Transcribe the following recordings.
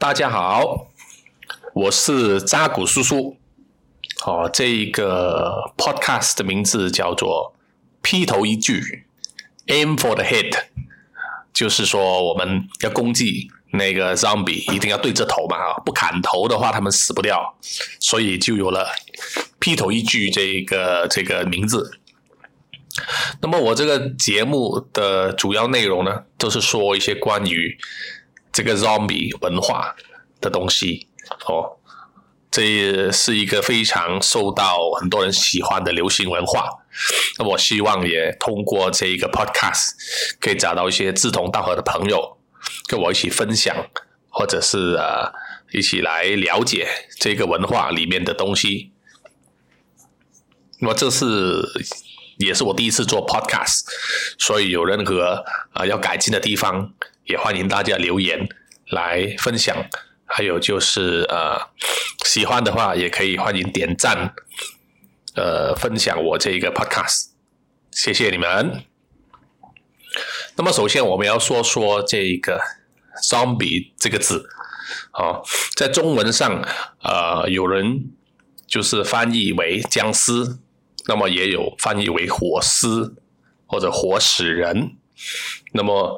大家好，我是扎古叔叔。这一个 podcast 的名字叫做劈头一句 Aim for the head， 就是说我们要攻击那个 zombie 一定要对着头嘛，不砍头的话他们死不掉，所以就有了劈头一句这个名字。那么我这个节目的主要内容呢，都是说一些关于这个 zombie 文化的东西这是一个非常受到很多人喜欢的流行文化。那我希望也通过这一个 podcast 可以找到一些志同道合的朋友，跟我一起分享，或者是一起来了解这个文化里面的东西。那么也是我第一次做 podcast， 所以有任何要改进的地方，也欢迎大家留言来分享。还有就是喜欢的话也可以欢迎点赞分享我这个 podcast， 谢谢你们。那么首先我们要说这个 zombie 这个字在中文上有人就是翻译为僵尸，那么也有翻译为活尸或者活死人。那么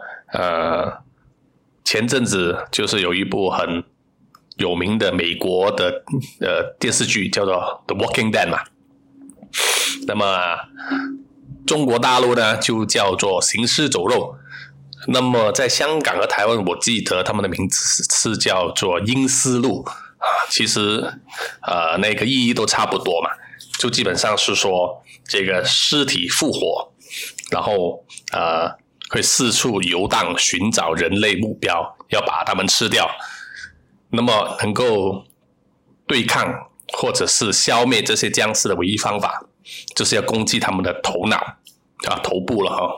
前阵子就是有一部很有名的美国的电视剧叫做 The Walking Dead 嘛，那么中国大陆呢就叫做行尸走肉。那么在香港和台湾我记得他们的名字是叫做阴尸路其实那个意义都差不多嘛，就基本上是说这个尸体复活，然后会四处游荡寻找人类目标，要把他们吃掉。那么能够对抗或者是消灭这些僵尸的唯一方法，就是要攻击他们的头脑头部了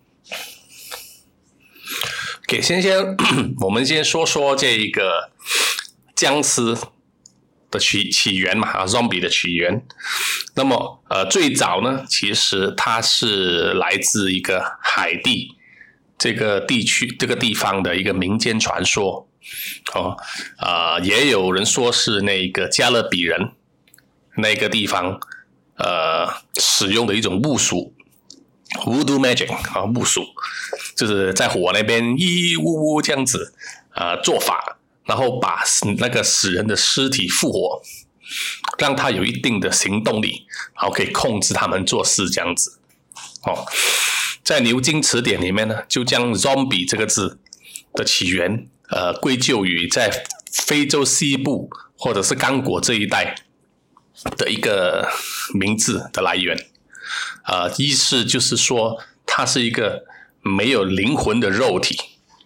OK， 我们先说这个僵尸的起源嘛zombie 的起源。那么最早呢，其实它是来自一个海地这个地区这个地方的一个民间传说也有人说是那个加勒比人那个地方使用的一种巫术 Voodoo Magic 巫术，就是在火那边咿呜呜这样子做法，然后把那个死人的尸体复活，让他有一定的行动力，然后可以控制他们做事这样子在牛津词典里面呢，就将 zombie 这个字的起源归咎于在非洲西部或者是刚果这一带的一个名字的来源意思就是说它是一个没有灵魂的肉体。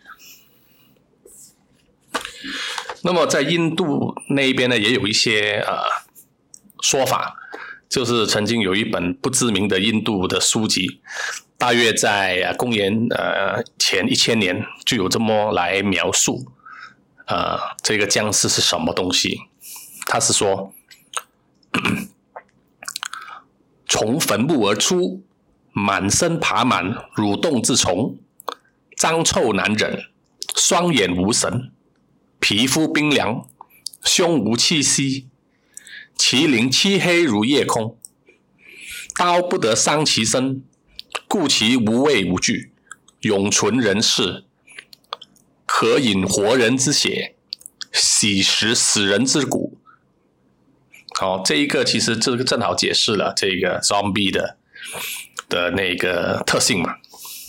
那么在印度那边呢，也有一些说法，就是曾经有一本不知名的印度的书籍，大约在公元前1000年就有这么来描述这个僵尸是什么东西。他是说从坟墓而出，满身爬满蠕动之虫，脏臭难忍，双眼无神，皮肤冰凉，胸无气息，其鳞漆黑如夜空，刀不得伤其身，故其无畏无惧，永存人世，可饮活人之血，洗食死人之骨。这一个其实这个正好解释了这个 zombie 的那个特性嘛。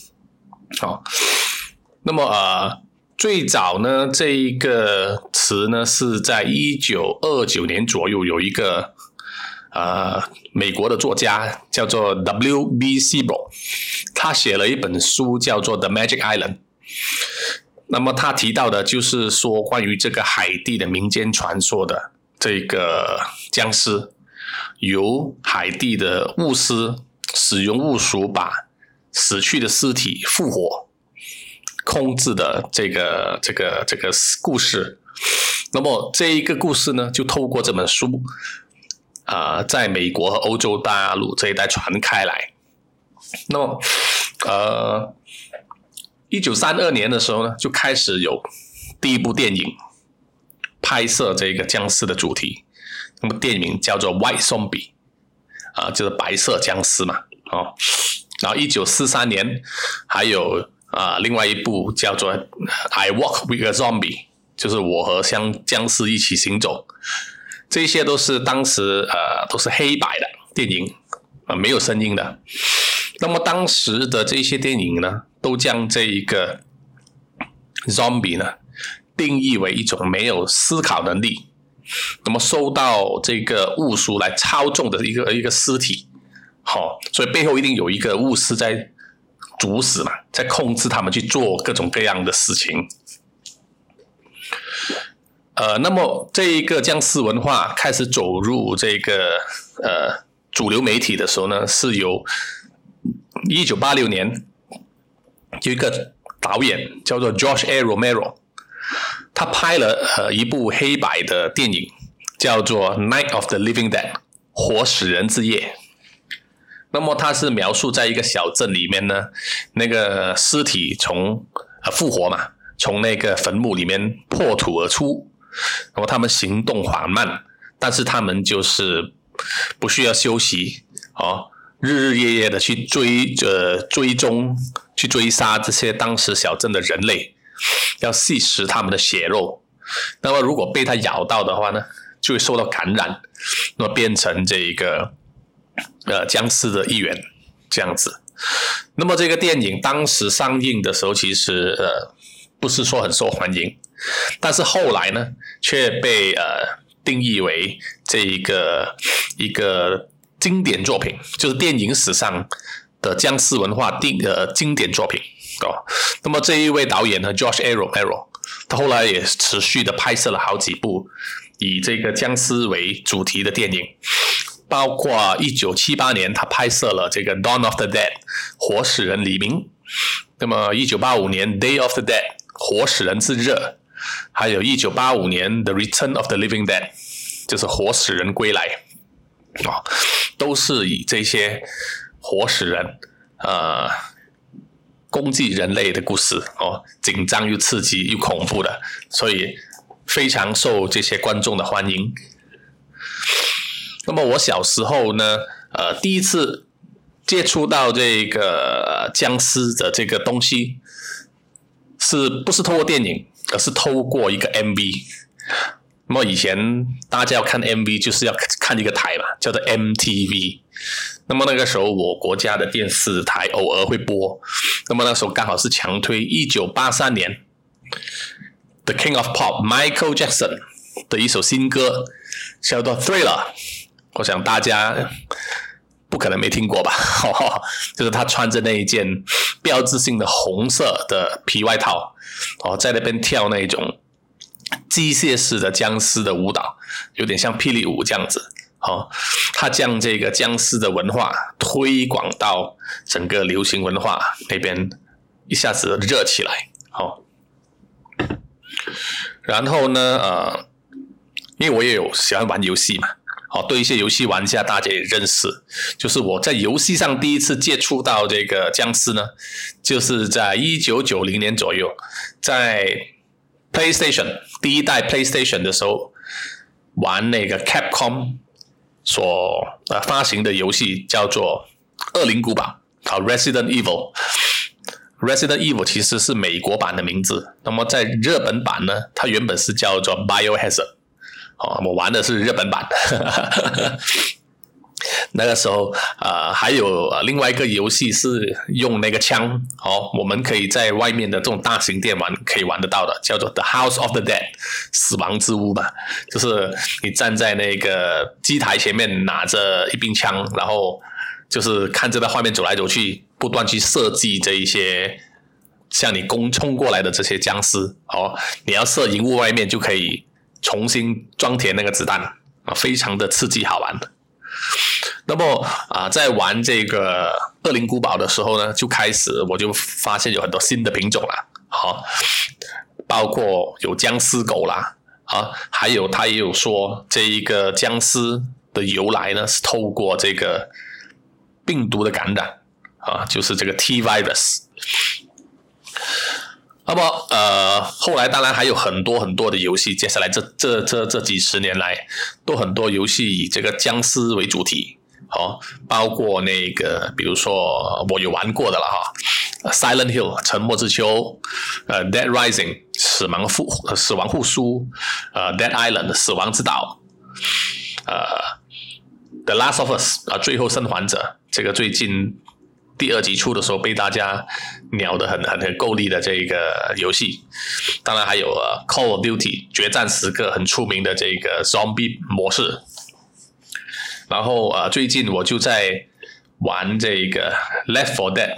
那么最早呢，这一个词呢是在1929年左右，有一个美国的作家叫做 W.B. Seaborg， 他写了一本书叫做 The Magic Island。那么他提到的就是说关于这个海地的民间传说的这个僵尸，由海地的巫师使用巫术把死去的尸体复活控制的这个故事。那么这一个故事呢，就透过这本书在美国和欧洲大陆这一带传开来。那么1932年的时候呢，就开始有第一部电影拍摄这个僵尸的主题。那么电影叫做 White Zombie 就是白色僵尸嘛。然后1943年还有另外一部叫做 I Walk with a Zombie， 就是我和僵尸一起行走。这些都是当时都是黑白的电影没有声音的。那么当时的这些电影呢，都将这一个 zombie 呢定义为一种没有思考能力，那么受到这个巫术来操纵的一个尸体。所以背后一定有一个巫师在主使嘛，在控制他们去做各种各样的事情。那么这一个僵尸文化开始走入这个主流媒体的时候呢，是由1986年有一个导演叫做 George A. Romero， 他拍了一部黑白的电影叫做 Night of the Living Dead， 活死人之夜。那么他是描述在一个小镇里面呢，那个尸体从复活嘛，从那个坟墓里面破土而出。然后他们行动缓慢，但是他们就是不需要休息日日夜夜的去追踪去追杀这些当时小镇的人类，要吸食他们的血肉。那么如果被他咬到的话呢，就会受到感染，那么变成这个僵尸的一员这样子。那么这个电影当时上映的时候，其实不是说很受欢迎，但是后来呢，却被定义为这一个经典作品，就是电影史上的僵尸文化经典作品。那么这一位导演呢 ，George A. Romero， 他后来也持续的拍摄了好几部以这个僵尸为主题的电影，包括1978年他拍摄了这个 Dawn of the Dead， 活死人黎明。那么1985年 Day of the Dead， 活死人之热。还有1985年 The Return of the Living Dead， 就是活死人归来。都是以这些活死人攻击人类的故事紧张又刺激又恐怖的，所以非常受这些观众的欢迎。那么我小时候呢第一次接触到这个僵尸的这个东西，是不是透过电影，而是透过一个 MV。那么以前大家要看 MV 就是要看一个台嘛，叫做 MTV。那么那个时候我国家的电视台偶尔会播，那么那时候刚好是强推1983年 The King of Pop Michael Jackson 的一首新歌叫做 Thriller， 我想大家不可能没听过吧就是他穿着那一件标志性的红色的皮外套在那边跳那种机械式的僵尸的舞蹈，有点像霹雳舞这样子他将这个僵尸的文化推广到整个流行文化那边，一下子热起来然后呢因为我也有喜欢玩游戏嘛对一些游戏玩家大家也认识，就是我在游戏上第一次接触到这个僵尸呢，就是在1990年左右，在 PlayStation 第一代 PlayStation 的时候玩那个 Capcom 所发行的游戏叫做恶灵古堡Resident Evil。Resident Evil 其实是美国版的名字，那么在日本版呢，它原本是叫做 Biohazard。我玩的是日本版那个时候还有另外一个游戏是用那个枪我们可以在外面的这种大型店可以玩得到的，叫做 The House of the Dead 死亡之屋嘛，就是你站在那个机台前面拿着一柄枪，然后就是看着在画面走来走去，不断去射击这一些向你冲过来的这些僵尸你要射荧幕外面就可以重新装填那个子弹非常的刺激好玩的。那么在玩这个恶灵古堡的时候呢，就开始我就发现有很多新的品种啦包括有僵尸狗啦还有他也有说这一个僵尸的由来呢是透过这个病毒的感染就是这个 T virus。 那么后来当然还有很多很多的游戏，接下来这几十年来，都很多游戏以这个僵尸为主题，包括那个比如说我有玩过的了Silent Hill 沉默之丘，Dead Rising 死亡复苏，Dead Island 死亡之岛，The Last of Us 最后生还者，这个最近第2集出的时候被大家鸟得很够力的这个游戏，当然还有Call of Duty 决战时刻很出名的这个 Zombie 模式，然后最近我就在玩这个 Left 4 Dead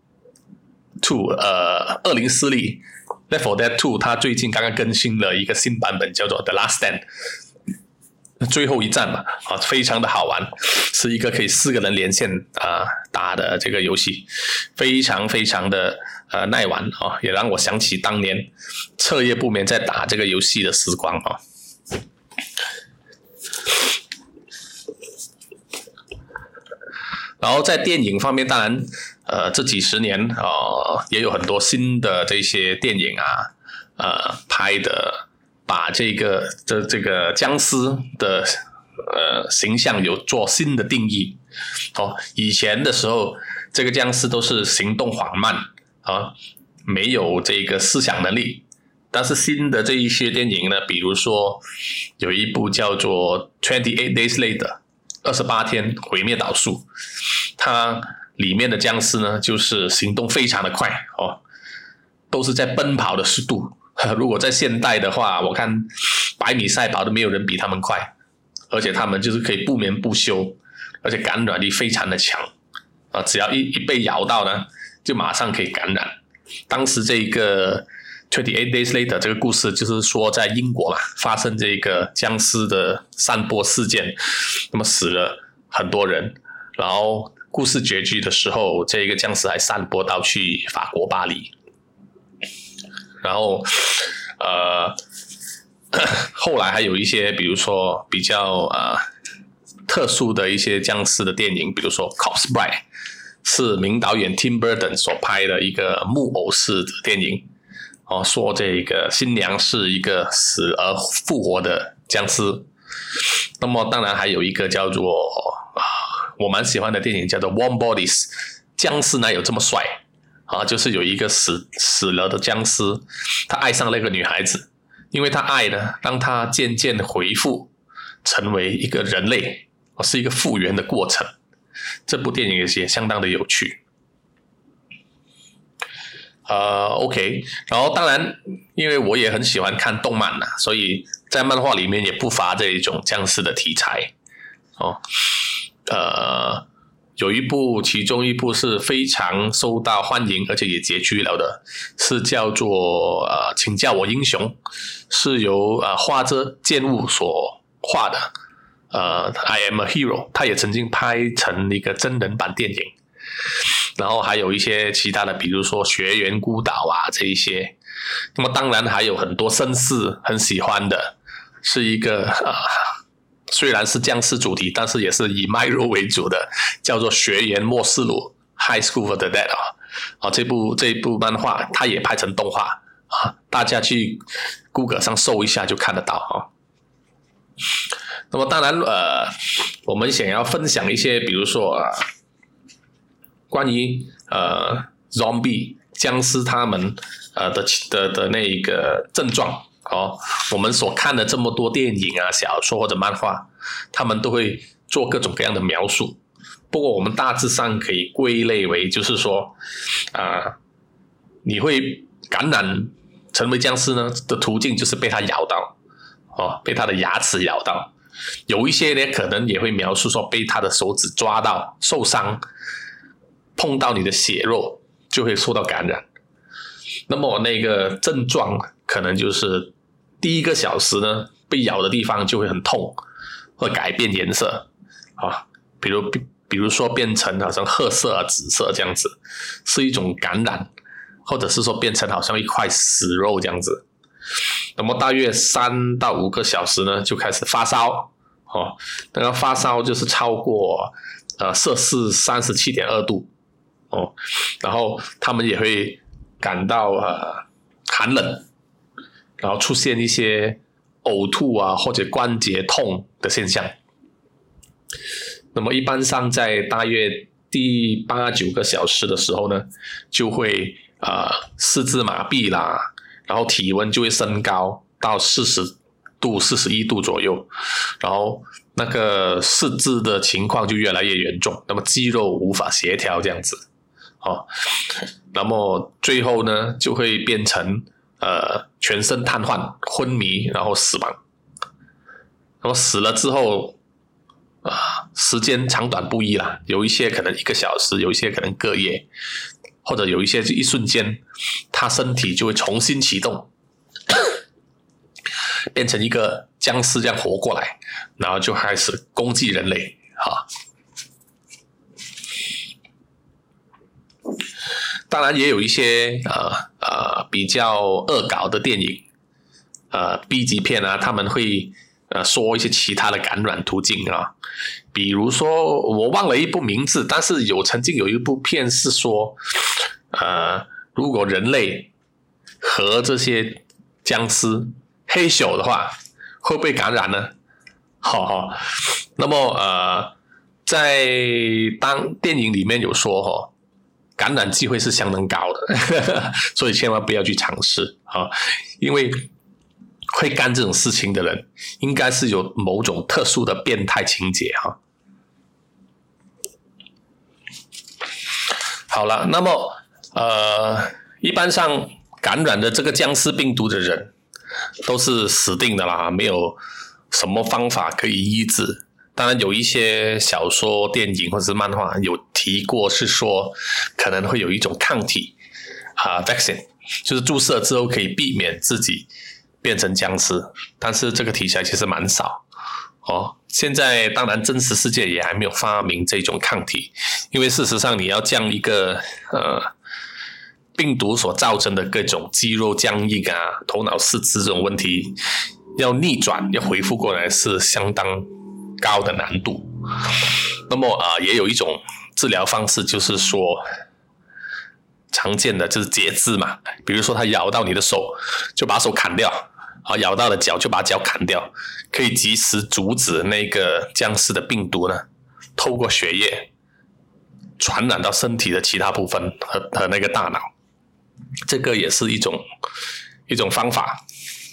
22040 Left 4 Dead 2，它最近刚刚更新了一个新版本，叫做 The Last Stand。最后一战嘛，非常的好玩，是一个可以4个人连线打的这个游戏，非常非常的耐玩也让我想起当年彻夜不眠在打这个游戏的时光然后在电影方面，当然这几十年也有很多新的这些电影拍的。把这个僵尸的形象有做新的定义以前的时候，这个僵尸都是行动缓慢没有这个思想能力。但是新的这一些电影呢，比如说有一部叫做28 Days Later 28天毁灭岛数，它里面的僵尸呢就是行动非常的快都是在奔跑的速度。如果在现代的话，我看100米赛跑都没有人比他们快，而且他们就是可以不眠不休，而且感染力非常的强只要一被咬到呢，就马上可以感染。当时这个28 Days Later 这个故事就是说在英国嘛，发生这个僵尸的散播事件，那么死了很多人，然后故事结局的时候，这个僵尸还散播到去法国巴黎。然后后来还有一些比如说比较特殊的一些僵尸的电影，比如说 Corpse Bride 是名导演 Tim Burton 所拍的一个木偶式的电影说这个新娘是一个死而复活的僵尸。那么当然还有一个叫做我蛮喜欢的电影叫做 Warm Bodies， 僵尸哪有这么帅就是有一个死了的僵尸，他爱上那个女孩子，因为他爱呢，让他渐渐恢复成为一个人类是一个复原的过程。这部电影也相当的有趣OK， 然后当然因为我也很喜欢看动漫所以在漫画里面也不乏这一种僵尸的题材有其中一部是非常受到欢迎，而且也结局了的，是叫做请叫我英雄，是由花泽健吾所画的I am a hero， 他也曾经拍成一个真人版电影。然后还有一些其他的，比如说学园孤岛这一些。那么当然还有很多绅士很喜欢的，是一个虽然是僵尸主题，但是也是以卖肉为主的，叫做学园末世录 High School for the Dead 这一部漫画它也拍成动画大家去 Google 上搜一下就看得到那么当然我们想要分享一些比如说关于zombie 僵尸他们的那个症状我们所看的这么多电影小说或者漫画，他们都会做各种各样的描述。不过我们大致上可以归类为就是说你会感染成为僵尸呢的途径就是被它咬到被它的牙齿咬到。有一些呢可能也会描述说被它的手指抓到受伤，碰到你的血肉就会受到感染。那么那个症状可能就是第1个小时呢，被咬的地方就会很痛，会改变颜色比如说变成好像褐色紫色这样子，是一种感染，或者是说变成好像一块死肉这样子。那么大约3到5个小时呢，就开始发烧那个发烧就是超过摄氏37.2度然后他们也会感到寒冷，然后出现一些呕吐啊或者关节痛的现象。那么一般上在大约第8-9个小时的时候呢，就会四肢麻痹啦，然后体温就会升高到40度、41度左右，然后那个四肢的情况就越来越严重，那么肌肉无法协调这样子，那么最后呢就会变成全身瘫痪、昏迷，然后死亡。那么死了之后时间长短不一啦，有一些可能1个小时，有一些可能个夜，或者有一些就一瞬间，他身体就会重新启动，变成一个僵尸这样活过来，然后就开始攻击人类当然也有一些比较恶搞的电影，B 级片啊，他们会说一些其他的感染途径啊，比如说我忘了一部名字，但是曾经有一部片是说，如果人类和这些僵尸黑咻的话，会不会感染呢？那么在电影里面有说感染机会是相当高的，所以千万不要去尝试因为会干这种事情的人，应该是有某种特殊的变态情节好了，那么一般上感染的这个僵尸病毒的人都是死定的啦，没有什么方法可以医治。当然有一些小说、电影或者是漫画有提过，是说可能会有一种抗体vaccine， 就是注射之后可以避免自己变成僵尸，但是这个题材其实蛮少现在当然真实世界也还没有发明这种抗体，因为事实上你要将一个病毒所造成的各种肌肉僵硬头脑四肢这种问题要逆转要恢复过来是相当高的难度。那么也有一种治疗方式，就是说常见的就是截肢嘛，比如说他咬到你的手就把手砍掉咬到了脚就把脚砍掉，可以及时阻止那个僵尸的病毒呢透过血液传染到身体的其他部分和那个大脑，这个也是一种方法。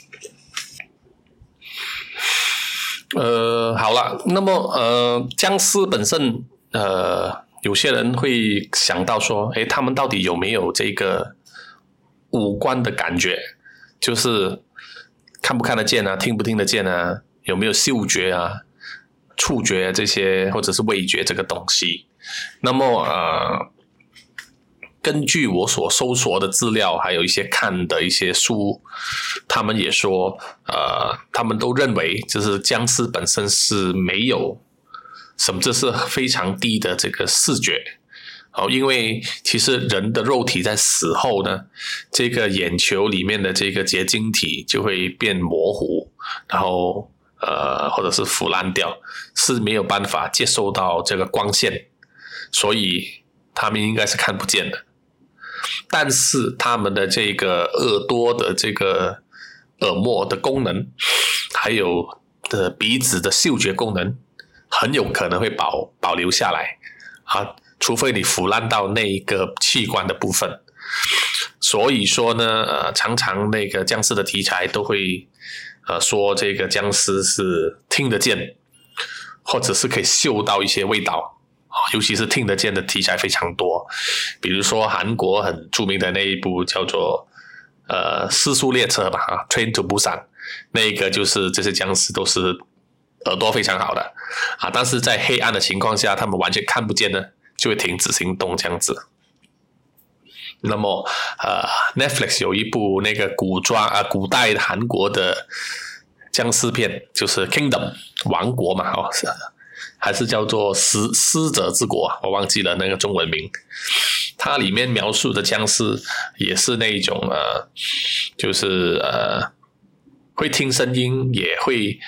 好了，那么僵尸本身有些人会想到说他们到底有没有这个五官的感觉，就是看不看得见听不听得见有没有嗅觉触觉这些，或者是味觉这个东西。那么根据我所搜索的资料，还有一些看的一些书，他们也说他们都认为就是僵尸本身是没有甚至是非常低的这个视觉因为其实人的肉体在死后呢，这个眼球里面的这个结晶体就会变模糊，然后或者是腐烂掉，是没有办法接受到这个光线，所以他们应该是看不见的。但是他们的这个耳朵的这个耳膜的功能，还有鼻子的嗅觉功能，很有可能会保留下来除非你腐烂到那一个器官的部分。所以说呢常常那个僵尸的题材都会说这个僵尸是听得见，或者是可以嗅到一些味道尤其是听得见的题材非常多。比如说韩国很著名的那一部叫做失速列车吧Train to Busan， 那个就是这些僵尸都是耳朵非常好的但是在黑暗的情况下他们完全看不见呢，就会停止行动这样子。那么Netflix 有一部那个古代韩国的僵尸片，就是 Kingdom 王国嘛还是叫做狮者之国我忘记了那个中文名。它里面描述的僵尸也是那一种就是会听声音，也会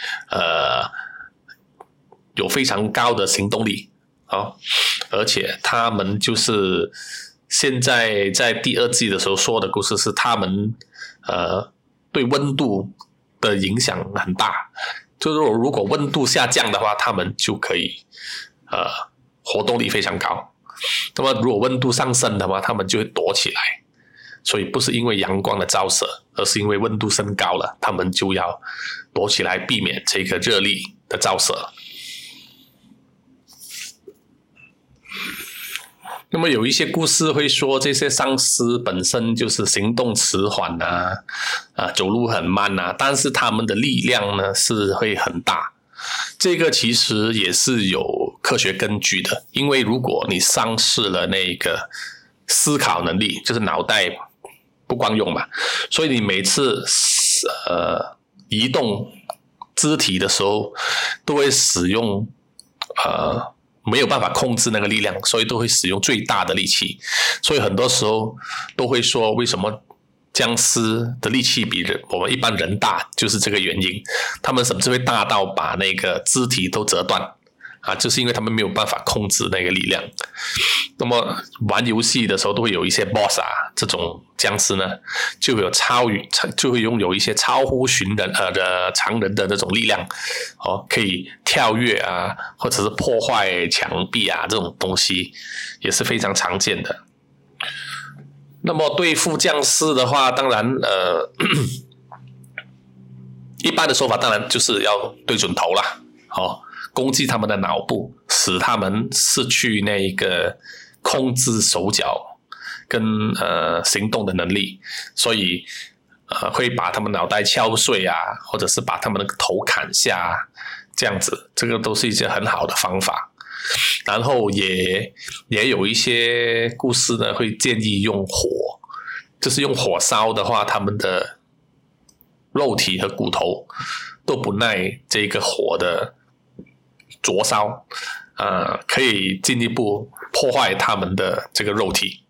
有非常高的行动力而且他们就是现在在第2季的时候说的故事是他们对温度的影响很大，就是如果温度下降的话，他们就可以活动力非常高。那么如果温度上升的话，他们就会躲起来。所以不是因为阳光的照射，而是因为温度升高了，他们就要躲起来，避免这个热力的照射。那么有一些故事会说，这些丧尸本身就是行动迟缓走路很慢但是他们的力量呢是会很大。这个其实也是有科学根据的，因为如果你丧失了那个思考能力，就是脑袋不光用嘛，所以你每次移动肢体的时候都会使用没有办法控制那个力量，所以都会使用最大的力气。所以很多时候都会说，为什么僵尸的力气比我们一般人大，就是这个原因。他们甚至会大到把那个肢体都折断就是因为他们没有办法控制那个力量。那么玩游戏的时候都会有一些 boss 这种僵尸呢，就会拥有一些超乎常人的那种力量可以跳跃或者是破坏墙壁这种东西也是非常常见的。那么对付僵尸的话，当然一般的说法当然就是要对准头啦攻击他们的脑部，使他们失去那个控制手脚跟行动的能力，所以会把他们脑袋敲碎或者是把他们的头砍下这样子，这个都是一些很好的方法。然后也有一些故事呢会建议用火，就是用火烧的话，他们的肉体和骨头都不耐这个火的灼烧可以进一步破坏他们的这个肉体。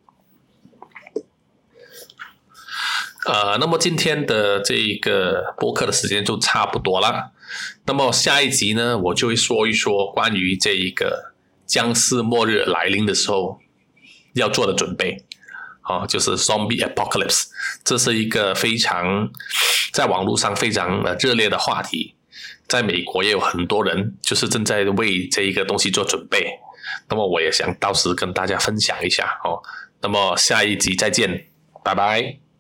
那么今天的这个播客的时间就差不多了。那么下一集呢，我就会说一说关于这一个僵尸末日来临的时候要做的准备就是 Zombie Apocalypse。 这是一个非常在网络上非常热烈的话题，在美国也有很多人就是正在为这一个东西做准备。那么我也想到时跟大家分享一下那么下一集再见，拜拜。